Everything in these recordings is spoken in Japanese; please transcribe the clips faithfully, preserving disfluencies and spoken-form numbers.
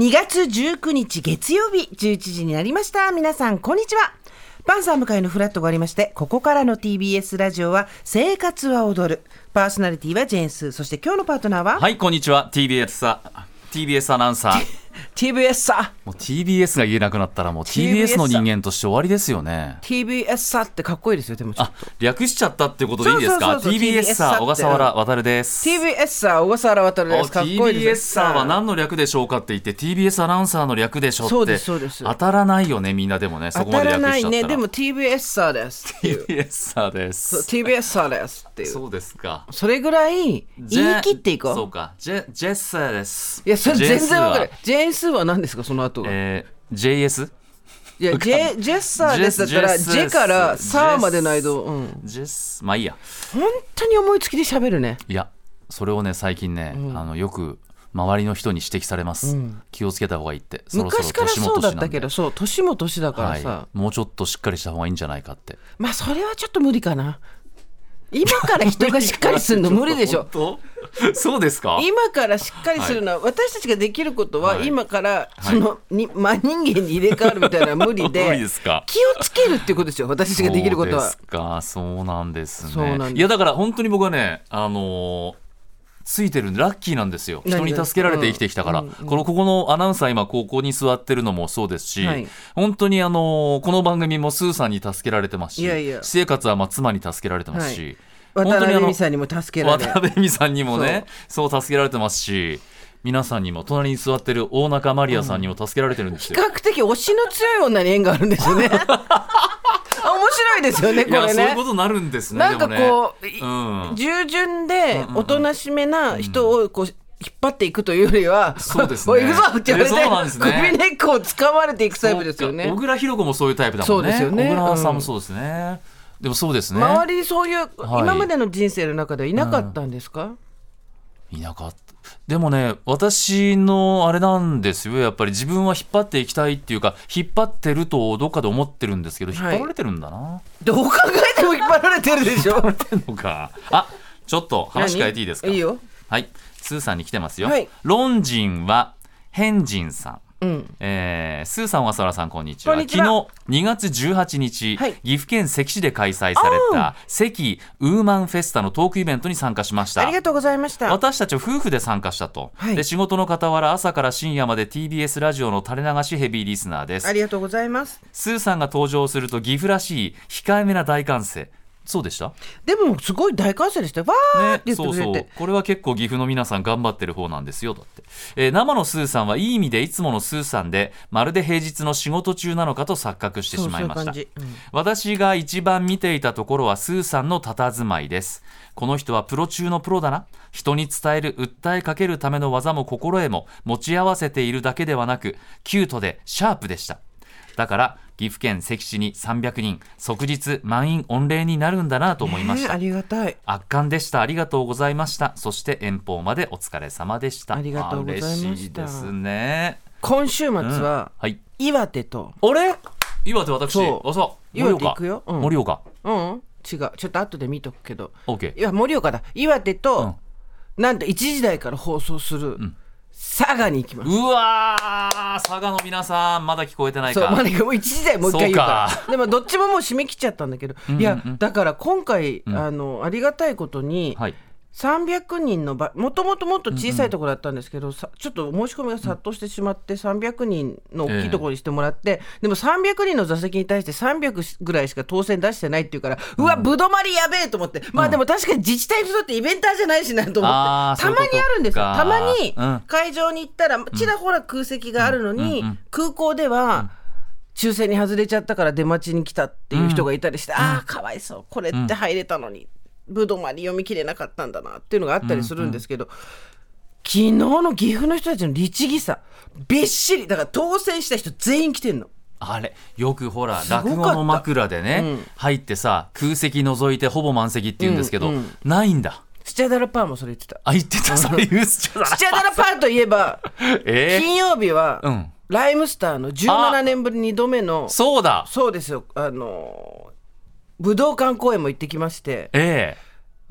にがつじゅうくにち月曜日じゅういちじになりました。皆さんこんにちは。パンサー向かいのフラットがありまして、ここからの ティービーエス ラジオは生活は踊る。パーソナリティはジェーンスー、そして今日のパートナーは、 はいこんにちは ティービーエス さ ティービーエス アナウンサーティービーエス さもう ティービーエス が言えなくなったらもう ティービーエス の人間として終わりですよね。 ティービーエス さってかっこいいですよ。でもちょっとあ略しちゃったってことでいいですか。 そうそうそうそうティービーエス さティービーエス小笠原渡です。 ティービーエス さ小笠原渡です。かっこいいです。 ティービーエス さは何の略でしょうかって言って ティービーエス アナウンサーの略でしょって。 そうですそうです。 当たらないよねみんな。でもねそこまで略しちゃったら当たらないね。でも ティービーエス さですっていうティービーエス さです。 ティービーエス さですっていう。 そうですか。 それぐらい言い切っていこう。 そうかジェ、ジェッサーです。 いやそれ全然わかる。ジェーンスーは何ですかその後が。 えー、ジェイエス？ いやジェ、ジェッサーですだったらジェからサーまでの間、うん、 ジェスまあいいや。 本当に思いつきで喋るね。 いやそれをね最近ね、うん、あのよく周りの人に指摘されます、うん、気をつけた方がいいって。そろそろ昔からそうだったけど、そう年も年だからさ、 はい、もうちょっとしっかりした方がいいんじゃないかって。 まあそれはちょっと無理かな。今から人がしっかりするの無理でしょ。 そうですか。 今からしっかりするのは、はい、私たちができることは、はい、今からその、はい、に真人間に入れ替わるみたいなのは無理で無理ですか。 気をつけるっていうことですよ。私たちができることは。 そうですか。そうなんですね。 そうなんです。 いやだから本当に僕はねあのーついてるんでラッキーなんですよ。人に助けられて生きてきたから、うんうん、このここのアナウンサー今ここに座ってるのもそうですし、はい、本当にあのこの番組もスーさんに助けられてますし、いやいや私生活はまあ妻に助けられてますし、 はい、渡辺美さんにも助けられ渡辺美さんにもねそう助けられてますし、皆さんにも隣に座ってる大中マリアさんにも助けられてるんですよ、 うん、比較的推しの強い女に縁があるんですよね。面白いですよねこれね。いやそういうことになるんですね。 なんかこう、 ねうん、 従順でおとなしめな人をこう引っ張っていくというよりは、 そうですね。 おい行くぞって言われて、 ね、 首根っこを掴まれていくタイプですよね。 小倉弘子もそういうタイプだもんね。 そうですよね。 小倉さんもそうですね、うん、でもそうですね。 周りにそういう、はい、今までの人生の中ではいなかったんですか。 うん、いなかった。でもね私のあれなんですよ。やっぱり自分は引っ張っていきたいっていうか引っ張ってるとどっかで思ってるんですけど、引っ張られてるんだな、はい、 どう考えても引っ張られてるでしょ。引っ張られてるのか。あちょっと話変えていいですか。 いいよ。 はいスーさんに来てますよ、 はい、 ロンジンはヘンジンさん、うんえー、スーさん、小笠原さん、こんにちは。昨日にがつじゅうはちにち、はい、岐阜県関市で開催された関ウーマンフェスタのトークイベントに参加しました。 ありがとうございました。 私たちは夫婦で参加したと、はい、で仕事の傍ら朝から深夜まで ティービーエス ラジオの垂れ流しヘビーリスナーです。 ありがとうございます。 スーさんが登場すると岐阜らしい控えめな大歓声。そうでした。 でもすごい大歓声でしたよ。わーって言ってくれて、ね、そうそうこれは結構岐阜の皆さん頑張ってる方なんですよだって、えー、生のスーさんはいい意味でいつものスーさんでまるで平日の仕事中なのかと錯覚してしまいました。そうそういう感じ、うん、私が一番見ていたところはスーさんの佇まいです。この人はプロ中のプロだな。人に伝える訴えかけるための技も心得も持ち合わせているだけではなくキュートでシャープでした。だから岐阜県関市にさんびゃくにん即日満員御礼になるんだなと思いました、 ね、ありがたい。 圧巻でした。ありがとうございました。そして遠方までお疲れ様でした。 ありがとうございました。嬉しいですね。 今週末は、うんはい、岩手とあれ岩手私そうそう岩手行くよ、うん、 盛岡うん違うちょっと後で見とくけど OK いや盛岡だ。岩手と、うん、なんといちじ台から放送する、うん佐賀に行きます。 うわー佐賀の皆さんまだ聞こえてないか。 そうまだもういちじ台もう一回言うからでもどっちももう締め切っちゃったんだけどいや、うんうん、だから今回、うん、あのありがたいことに、はいさんびゃくにんの場もともともっと小さいところだったんですけど、うんうん、ちょっと申し込みが殺到してしまって、うん、さんびゃくにんの大きいところにしてもらって、えー、でもさんびゃくにんの座席に対してさんびゃくぐらいしか当選出してないっていうから、うん、うわぶどまりやべえと思って、うん、まあでも確かに自治体にとってイベンターじゃないしなと思ってたまにあるんですよ。たまに会場に行ったらちらほら空席があるのに、うんうん、空港では、うん抽選に外れちゃったから出待ちに来たっていう人がいたりして、うん、ああかわいそうこれって入れたのに、うん、ぶどまり読み切れなかったんだなっていうのがあったりするんですけど、うんうん、昨日の岐阜の人たちの律儀さびっしりだから当選した人全員来てんの。 あれよくほら落語の枕でね、うん、入ってさ空席除いてほぼ満席って言うんですけど、うんうん、ないんだ。 スチャダラパーもそれ言ってた。 あ言ってたそれ言うスチャダラパーといえば、えー、金曜日は、うんライムスターのじゅうななねんぶりにどめのそうだそうですよあの武道館公演も行ってきまして、 ええ、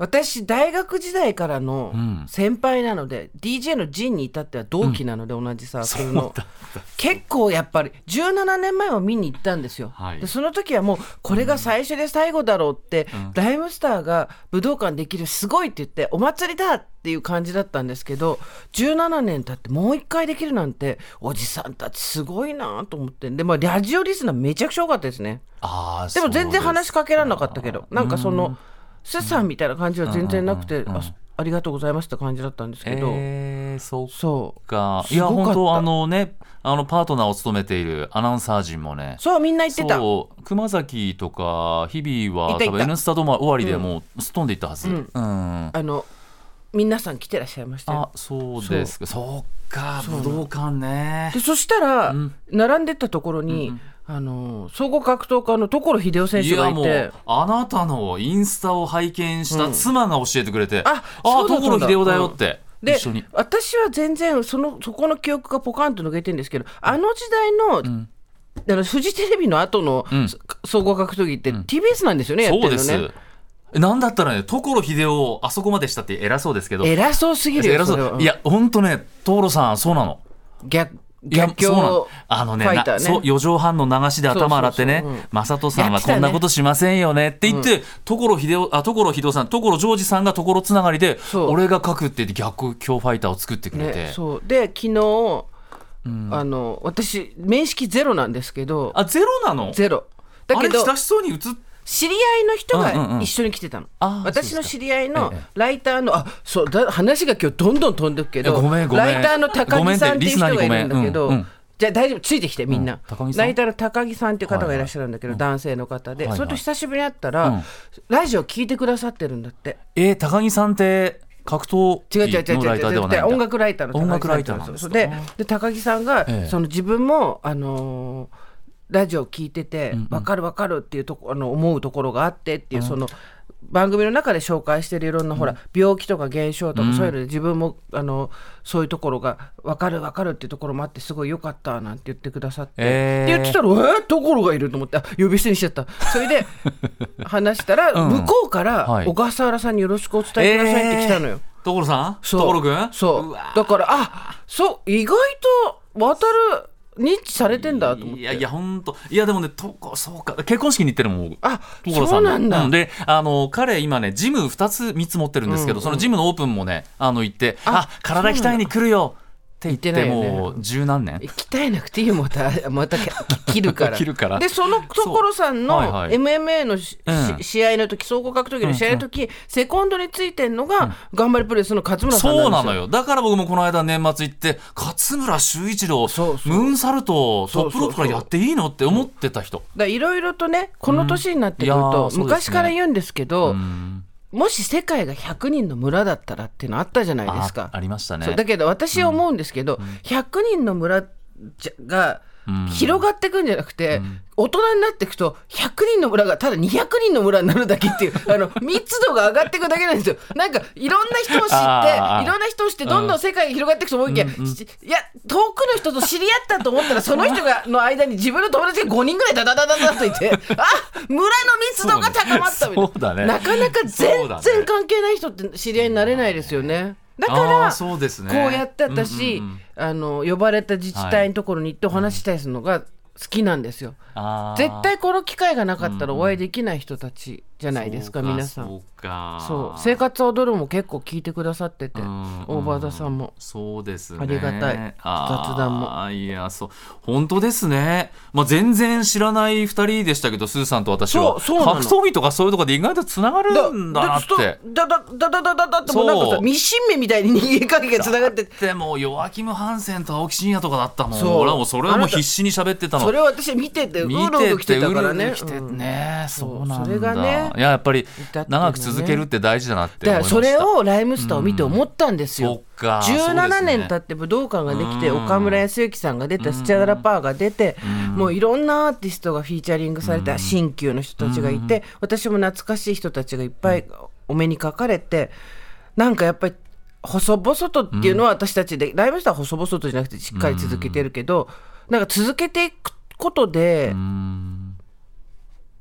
私大学時代からの先輩なので、うん、ディージェー のジンに至っては同期なので、うん、同じサークルの結構やっぱりじゅうななねんまえを見に行ったんですよ、はい、でその時はもうこれが最初で最後だろうって、うん、ライムスターが武道館できるすごいって言ってお祭りだっていう感じだったんですけど、じゅうななねん経ってもう一回できるなんておじさんたちすごいなと思って、でもラジオリスナーめちゃくちゃ多かったですね。 あでも全然話しかけられなかったけど、なんかそのスーさんみたいな感じは全然なくて、うんうんうんうん、あ, ありがとうございますって感じだったんですけど、 えー、そうか。いや本当あのね、あのパートナーを務めているアナウンサー陣もね、 そうみんな言ってた。 そう熊崎とか日々は多分 N スタドーム終わりでもうすっ飛んでいったはず、うんうん、 あの皆さん来てらっしゃいましたよ。 あ、そうですか。そうか、武道館ね。 でそしたら、うん、並んでったところに、うんうん、あの総合格闘家の所秀夫選手がいて、いやもうあなたのインスタを拝見した妻が教えてくれて、うん、ああ所秀夫だよって、うん、 で一緒に私は全然そのそこの記憶がポカンと抜けてるんですけど、あの時代の、うん、あのフジテレビの後の、うん、総合格闘技って、うん、ティービーエス なんですよね、やってるのね。そうです。 なんだったらね、所秀夫あそこまでしたって偉そうですけど、 偉そうすぎるよ。 偉そう、うん、いや本当ね、所さんそうなの。 逆逆境あのね、ファイターね、そうよじょうはんの流しで頭洗ってね、正人さんはこんなことしませんよねって言って、ね、所秀夫あ所秀夫さん所ジョージさんが所つながりで俺が書くって言って逆境ファイターを作ってくれて、 ね、そうで昨日、うん、あの私面識ゼロなんですけど。 あゼロなの。 ゼロだけどあれ親しそうに映って知り合いの人が一緒に来てたの、うんうんうん、私の知り合いのライターの、ええ、あそうだ話が今日どんどん飛んでくけど、 ごめんごめん、 ライターの高木さんっていう人がいるんだけど、うんうん、じゃあ大丈夫ついてきてみんな、うん、ライターの高木さんっていう方がいらっしゃるんだけど、はいはい、男性の方で、はいはい、それと久しぶりに会ったら、うん、ラジオ聞いてくださってるんだって。 えー、高木さんって格闘技のライターではないんだ。 音楽ライターの高木さん。 音楽ライターなんですか。 で、で高木さんが、ええ、その自分もあのーラジオ聞いてて、うんうん、分かる分かるっていうとこあの思うところがあってっていう、うん、その番組の中で紹介してるいろんな、うん、ほら病気とか現象とか、うん、そういうので自分もあのそういうところが分かる分かるっていうところもあってすごい良かったなんて言ってくださって、えー、って言ってたらえー、ところがいると思ってあ呼び捨てにしちゃった。それで話したら、うん、向こうから小笠原さんによろしくお伝えくださいって来たのよ、 えー、所さん所君そううだからあそう意外と渡る認知されてんだと思って。 いやいや本当いやでもねとそうか結婚式に行ってるのもあそうなんだ、 うん、であの彼今ねジムふたつみっつ持ってるんですけど、うんうん、そのジムのオープンもねあの行ってあ体鍛えに来るよって言ってもう十何年鍛えなくていいよまたまた切るから切るからでその所さんの エムエムエー の、はいはい、試合の時総合格闘技の試合の時、うんうん、セコンドについてんのが、うん、頑張りプレスの勝村さんなんですよ。 そうなのよ。だから僕もこの間年末行って勝村修一郎そうそうムーンサルトトップロープからやっていいのって思ってた人いろいろとねこの年になってくると、うんね、昔から言うんですけど、うんもし世界がひゃくにんの村だったらっていうのあったじゃないですか。 あ, ありましたね。 そうだけど私は思うんですけど、うん、ひゃくにんの村が広がっていくんじゃなくて、うん、大人になっていくとひゃくにんの村がただにひゃくにんの村になるだけっていうあの密度が上がっていくだけなんですよ。なんかいろんな人を知っていろんな人を知ってどんどん世界が広がっていくと思いきや、うんうん、いや遠くの人と知り合ったと思ったらその人がの間に自分の友達がごにんぐらいダダダダダといてあ村の密度が高まったみたいな、 そうだね、 なかなか全然関係ない人って知り合いになれないですよね。だからそうですね、 こうやって私、うんうんうん、あの呼ばれた自治体のところに行ってお話したりするのが好きなんですよ、 はい、 絶対この機会がなかったらお会いできない人たちじゃないですか、うんうん、皆さん。 そうかそう生活は踊るも結構聞いてくださってて、うん、オーバーザさんもそうですね、 ありがたい雑談も。 いやそう本当ですね、まあ、全然知らないふたりでしたけどスーさんと私は格闘技とかそういうところで意外とつながるんだなってだだだだだだだってもうなんかさミシン目みたいに人間関係がつながってでもヨアキム・ハンセンと青木真也とかだったもん。そう俺はもうそれはもう必死に喋ってたの。 それを私見ててうるうる来てたからね。 見ててうるうる来てね、うん、そうなんだ。 それがねいややっぱり長く続けるって大事だなって思いました。 だからそれをライムスターを見て思ったんですよ、うん、 そっかじゅうななねん経って武道館ができて、岡村康之さんが出た、スチャダラパーが出て、もういろんなアーティストがフィーチャリングされた新旧の人たちがいて、私も懐かしい人たちがいっぱいお目にかかれて、なんかやっぱり細々とっていうのは私たちで、ライブスターは細々とじゃなくてしっかり続けてるけど、なんか続けていくことで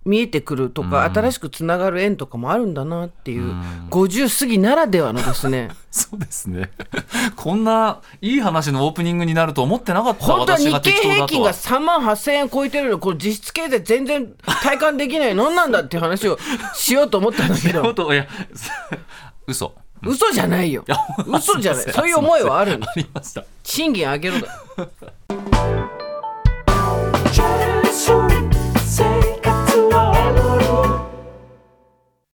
見えてくるとか、うん、新しくつながる縁とかもあるんだなっていう、うん、ごじゅう過ぎならではのですねそうですねこんないい話のオープニングになると思ってなかった。 本当は日経平均がさんまんはっせんえん超えてるの、この実質経済全然体感できない何なんだっていう話をしようと思ったんだけどいや嘘嘘じゃないよ嘘じゃないそういう思いはあるんだ。 ありました。 賃金上げろだ